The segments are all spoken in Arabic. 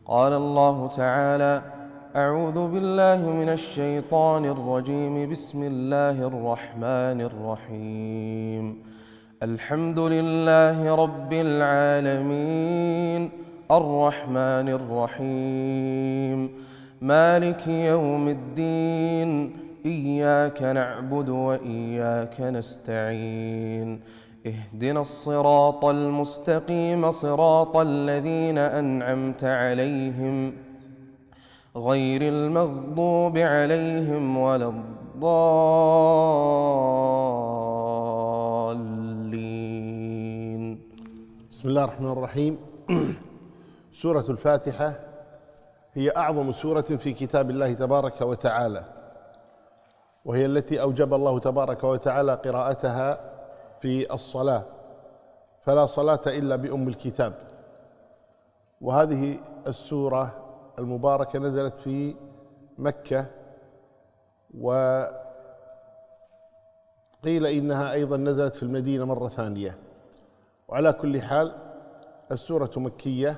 قال الله تعالى: أعوذ بالله من الشيطان الرجيم. بسم الله الرحمن الرحيم. الحمد لله رب العالمين، الرحمن الرحيم، مالك يوم الدين، إياك نعبد وإياك نستعين، اهدنا الصراط المستقيم، صراط الذين أنعمت عليهم غير المغضوب عليهم ولا الضالين. بسم الله الرحمن الرحيم. سورة الفاتحة هي أعظم سورة في كتاب الله تبارك وتعالى، وهي التي أوجب الله تبارك وتعالى قراءتها في الصلاة، فلا صلاة إلا بأم الكتاب. وهذه السورة المباركة نزلت في مكة، وقيل إنها أيضا نزلت في المدينة مرة ثانية. وعلى كل حال السورة مكية،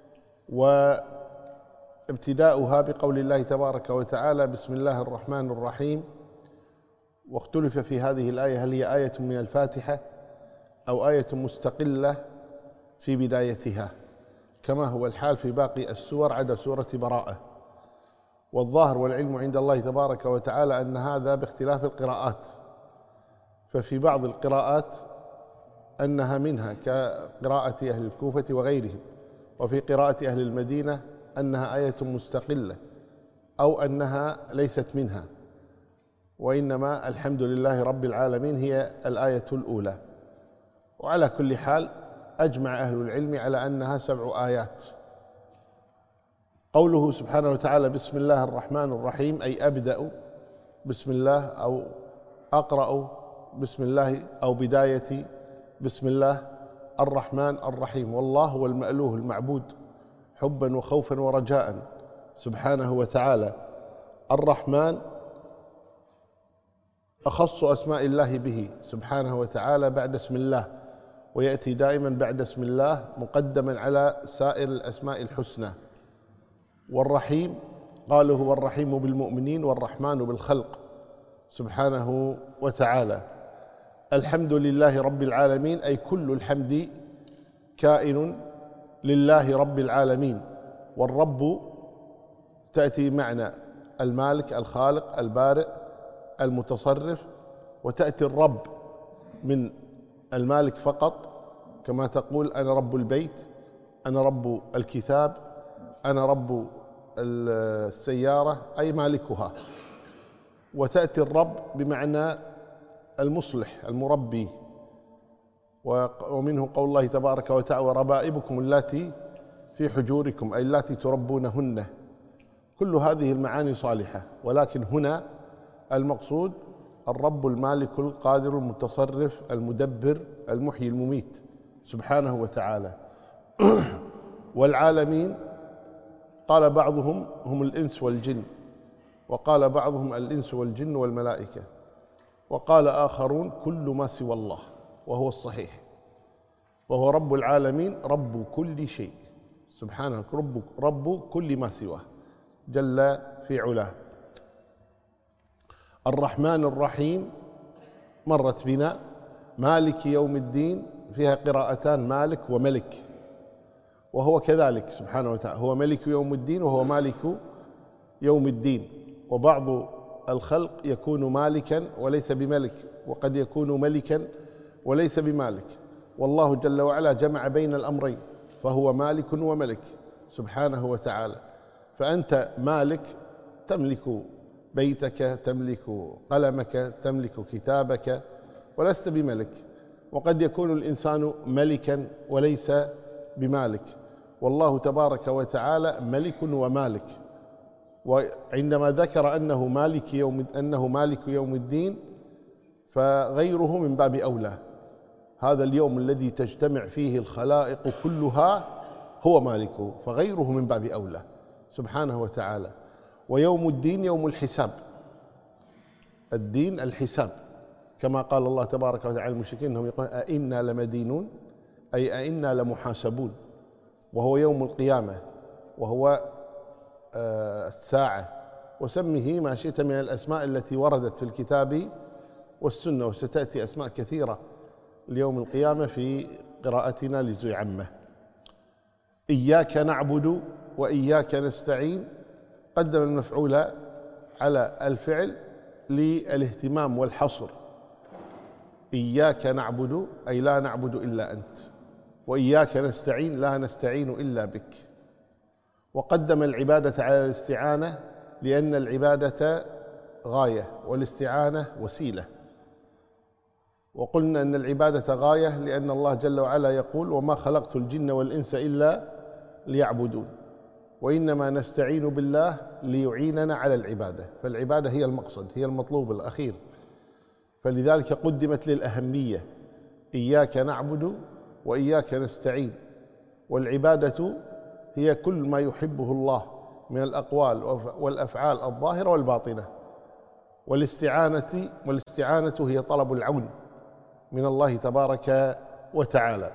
وابتداؤها بقول الله تبارك وتعالى: بسم الله الرحمن الرحيم. واختلف في هذه الآية هل هي آية من الفاتحة أو آية مستقلة في بدايتها، كما هو الحال في باقي السور عدا سورة براءة. والظاهر والعلم عند الله تبارك وتعالى أن هذا باختلاف القراءات، ففي بعض القراءات أنها منها كقراءة أهل الكوفة وغيرهم، وفي قراءة أهل المدينة أنها آية مستقلة أو أنها ليست منها، وإنما الحمد لله رب العالمين هي الآية الأولى. وعلى كل حال أجمع أهل العلم على أنها 7 آيات. قوله سبحانه وتعالى: بسم الله الرحمن الرحيم، أي أبدأ بسم الله، أو أقرأ بسم الله، أو بدايتي بسم الله الرحمن الرحيم. والله هو المألوه المعبود حبا وخوفا ورجاء سبحانه وتعالى. الرحمن أخص أسماء الله به سبحانه وتعالى بعد اسم الله، ويأتي دائما بعد اسم الله مقدما على سائر الأسماء الحسنى. والرحيم قالوا هو الرحيم بالمؤمنين والرحمن بالخلق سبحانه وتعالى. الحمد لله رب العالمين، أي كل الحمد كائن لله رب العالمين. والرب تأتي معنى المالك الخالق البارئ المتصرف، وتأتي الرب من المالك فقط، كما تقول أنا رب البيت، أنا رب الكتاب، أنا رب السيارة، أي مالكها. وتأتي الرب بمعنى المصلح المربي، ومنه قول الله تبارك وتعالى: وربائبكم اللاتي في حجوركم، أي اللاتي تربونهن. كل هذه المعاني صالحة، ولكن هنا المقصود الرب المالك القادر المتصرف المدبر المحيي المميت سبحانه وتعالى. والعالمين قال بعضهم هم الإنس والجن، وقال بعضهم الإنس والجن والملائكة، وقال آخرون كل ما سوى الله، وهو الصحيح. وهو رب العالمين رب كل شيء سبحانه، رب كل ما سواه جل في علاه. الرحمن الرحيم مرت بنا. مالك يوم الدين فيها قراءتان، مالك وملك، وهو كذلك سبحانه وتعالى، هو ملك يوم الدين وهو مالك يوم الدين. وبعض الخلق يكون مالكا وليس بملك، وقد يكون ملكا وليس بمالك، والله جل وعلا جمع بين الأمرين، فهو مالك وملك سبحانه وتعالى. فأنت مالك، تملك بيتك، تملك قلمك، تملك كتابك، ولست بملك. وقد يكون الإنسان ملكا وليس بمالك، والله تبارك وتعالى ملك ومالك. وعندما ذكر أنه مالك يوم الدين، فغيره من باب أولى. هذا اليوم الذي تجتمع فيه الخلائق كلها هو مالكه، فغيره من باب أولى سبحانه وتعالى. ويوم الدين يوم الحساب، الدين الحساب، كما قال الله تبارك وتعالى المشركين انهم يقولون أئنا لمدينون، أي أئنا لمحاسبون، وهو يوم القيامة. وهو الساعة، وسمه ما شئت من الأسماء التي وردت في الكتاب والسنة، وستأتي أسماء كثيرة ليوم القيامة في قراءتنا لجزء عامة. إياك نعبد وإياك نستعين، قدم المفعول على الفعل للاهتمام والحصر. إياك نعبد أي لا نعبد إلا أنت، وإياك نستعين لا نستعين إلا بك. وقدم العبادة على الاستعانة لأن العبادة غاية والاستعانة وسيلة. وقلنا أن العبادة غاية لأن الله جل وعلا يقول: وما خلقت الجن والإنس إلا ليعبدون. وإنما نستعين بالله ليعيننا على العبادة، فالعبادة هي المقصد، هي المطلوب الأخير، فلذلك قدمت للأهمية. إياك نعبد وإياك نستعين، والعبادة هي كل ما يحبه الله من الأقوال والأفعال الظاهرة والباطنة. والاستعانة هي طلب العون من الله تبارك وتعالى.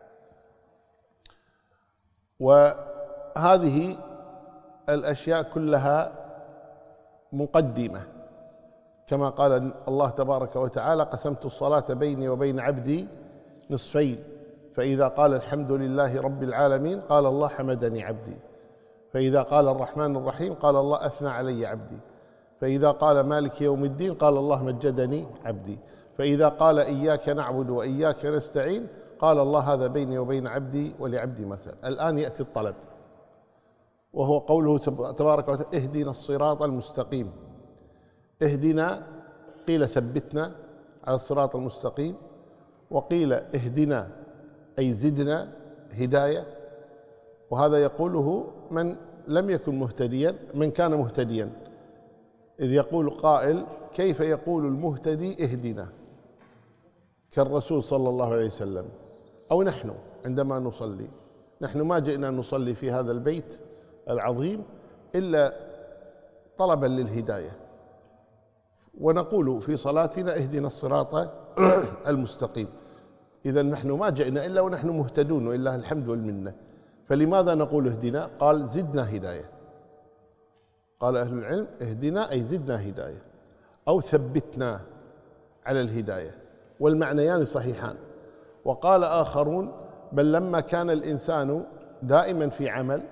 وهذه الأشياء كلها مقدمة، كما قال الله تبارك وتعالى: قسمت الصلاة بيني وبين عبدي نصفين، فإذا قال الحمد لله رب العالمين قال الله حمدني عبدي، فإذا قال الرحمن الرحيم قال الله أثنى علي عبدي، فإذا قال مالك يوم الدين قال الله مجدني عبدي، فإذا قال إياك نعبد وإياك نستعين قال الله هذا بيني وبين عبدي ولعبدي مثل. الآن يأتي الطلب، وهو قوله تبارك وتعالى: اهدنا الصراط المستقيم. اهدنا، قيل ثبتنا على الصراط المستقيم، وقيل اهدنا أي زدنا هداية، وهذا يقوله من لم يكن مهتديا، من كان مهتديا، إذ يقول قائل: كيف يقول المهتدي اهدنا؟ كالرسول صلى الله عليه وسلم، أو نحن عندما نصلي، نحن ما جئنا نصلي في هذا البيت العظيم إلا طلبا للهداية، ونقول في صلاتنا: اهدنا الصراط المستقيم. إذا نحن ما جئنا إلا ونحن مهتدون، وإلا الحمد والمنة. فلماذا نقول اهدنا؟ قال: زدنا هداية. قال أهل العلم: اهدنا أي زدنا هداية، أو ثبتنا على الهداية، والمعنيان صحيحان. وقال آخرون: بل لما كان الإنسان دائما في عمل،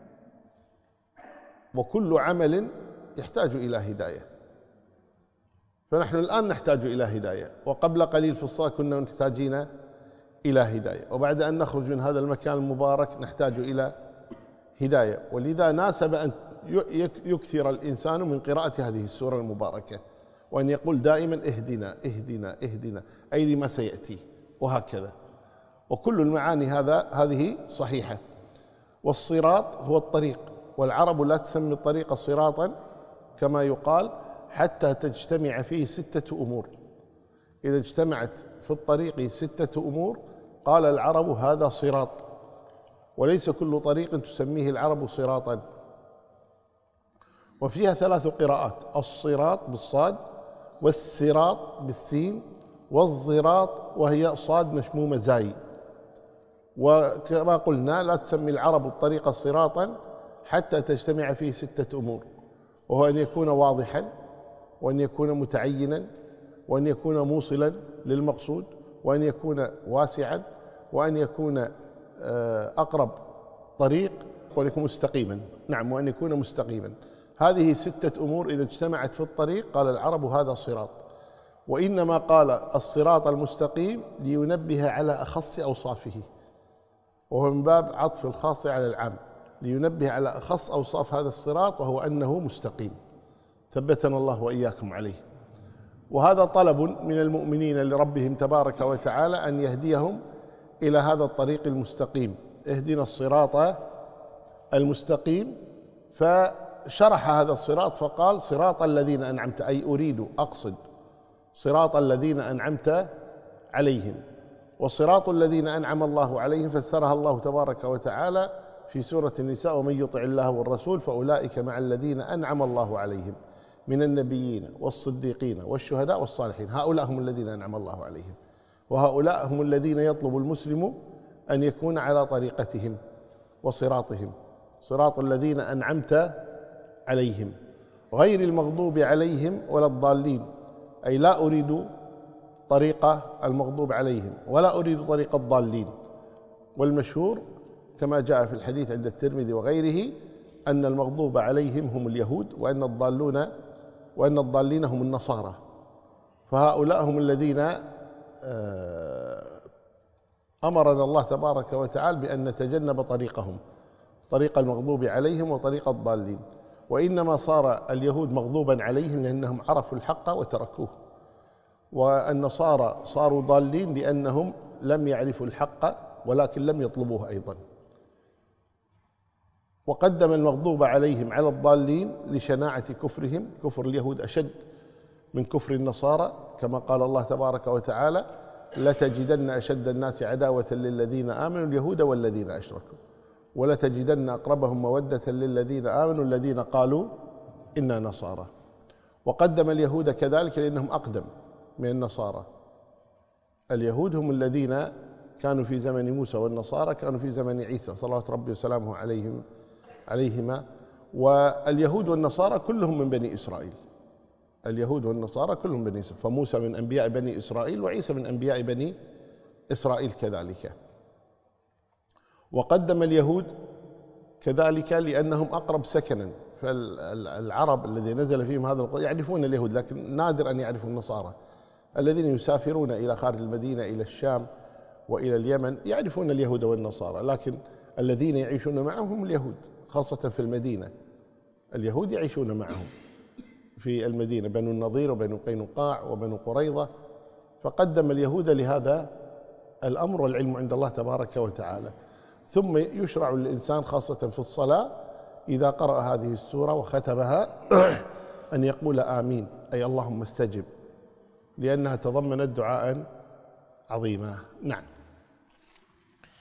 وكل عمل يحتاج إلى هداية، فنحن الآن نحتاج إلى هداية، وقبل قليل في الصلاة كنا محتاجين إلى هداية، وبعد أن نخرج من هذا المكان المبارك نحتاج إلى هداية. ولذا ناسب أن يكثر الإنسان من قراءة هذه السورة المباركة، وأن يقول دائما: اهدنا اهدنا اهدنا، أي لما سيأتي، وهكذا. وكل المعاني هذه صحيحة. والصراط هو الطريق، والعرب لا تسمي الطريق صراطا كما يقال حتى تجتمع فيه 6 أمور. إذا اجتمعت في الطريق 6 أمور قال العرب هذا صراط، وليس كل طريق تسميه العرب صراطا. وفيها 3 قراءات: الصراط بالصاد، والسراط بالسين، والزراط وهي صاد مشمومة زاي. وكما قلنا لا تسمي العرب الطريق صراطا حتى تجتمع فيه 6 أمور، وهو أن يكون واضحا، وأن يكون متعينا، وأن يكون موصلا للمقصود، وأن يكون واسعا، وأن يكون أقرب طريق، وأن يكون مستقيما. نعم، وأن يكون مستقيما. هذه 6 أمور إذا اجتمعت في الطريق قال العرب هذا صراط. وإنما قال الصراط المستقيم لينبه على أخص أوصافه، وهو من باب عطف الخاص على العام، لينبه على أخص أوصاف هذا الصراط، وهو أنه مستقيم. ثبتنا الله وإياكم عليه. وهذا طلب من المؤمنين لربهم تبارك وتعالى أن يهديهم إلى هذا الطريق المستقيم. اهدنا الصراط المستقيم، فشرح هذا الصراط فقال: صراط الذين أنعمت، أي أريد أقصد صراط الذين أنعمت عليهم. وصراط الذين أنعم الله عليهم فسرها الله تبارك وتعالى في سورة النساء: ومن يطع الله والرسول فأولئك مع الذين أنعم الله عليهم من النبيين والصديقين والشهداء والصالحين. هؤلاء هم الذين أنعم الله عليهم، وهؤلاء هم الذين يطلب المسلم أن يكون على طريقتهم وصراطهم. صراط الذين أنعمت عليهم غير المغضوب عليهم ولا الضالين، أي لا أريد طريق المغضوب عليهم ولا أريد طريق الضالين. والمشهور كما جاء في الحديث عند الترمذي وغيره أن المغضوب عليهم هم اليهود وأن الضالين هم النصارى، فهؤلاء هم الذين أمرنا الله تبارك وتعالى بأن نتجنب طريقهم، طريق المغضوب عليهم وطريق الضالين. وإنما صار اليهود مغضوبا عليهم لأنهم عرفوا الحق وتركوه، والنصارى صاروا ضالين لأنهم لم يعرفوا الحق ولكن لم يطلبوه أيضا. وقدم المغضوب عليهم على الضالين لشناعة كفرهم، كفر اليهود أشد من كفر النصارى، كما قال الله تبارك وتعالى: لتجدن أشد الناس عداوة للذين آمنوا اليهود والذين أشركوا ولتجدن أقربهم مودة للذين آمنوا الذين قالوا إنا نصارى. وقدم اليهود كذلك لأنهم أقدم من النصارى. اليهود هم الذين كانوا في زمن موسى، والنصارى كانوا في زمن عيسى صلوات ربي وسلامه عليهما. واليهود والنصارى كلهم من بني إسرائيل، اليهود والنصارى كلهم بني إسرائيل، فموسى من أنبياء بني إسرائيل وعيسى من أنبياء بني إسرائيل كذلك. وقدم اليهود كذلك لأنهم أقرب سكنا، فالعرب الذي نزل فيهم هذا القرآن يعرفون اليهود، لكن نادر أن يعرفوا النصارى. الذين يسافرون إلى خارج المدينة إلى الشام وإلى اليمن يعرفون اليهود والنصارى، لكن الذين يعيشون معهم هم اليهود، خاصة في المدينة. اليهود يعيشون معهم في المدينة، بنو النضير وبنو قينقاع وبنو قريظة، فقدم اليهود لهذا الأمر، والعلم عند الله تبارك وتعالى. ثم يشرع للإنسان خاصة في الصلاة إذا قرأ هذه السورة وختمها أن يقول آمين، أي اللهم استجب، لأنها تضمنت دعاء عظيما. نعم.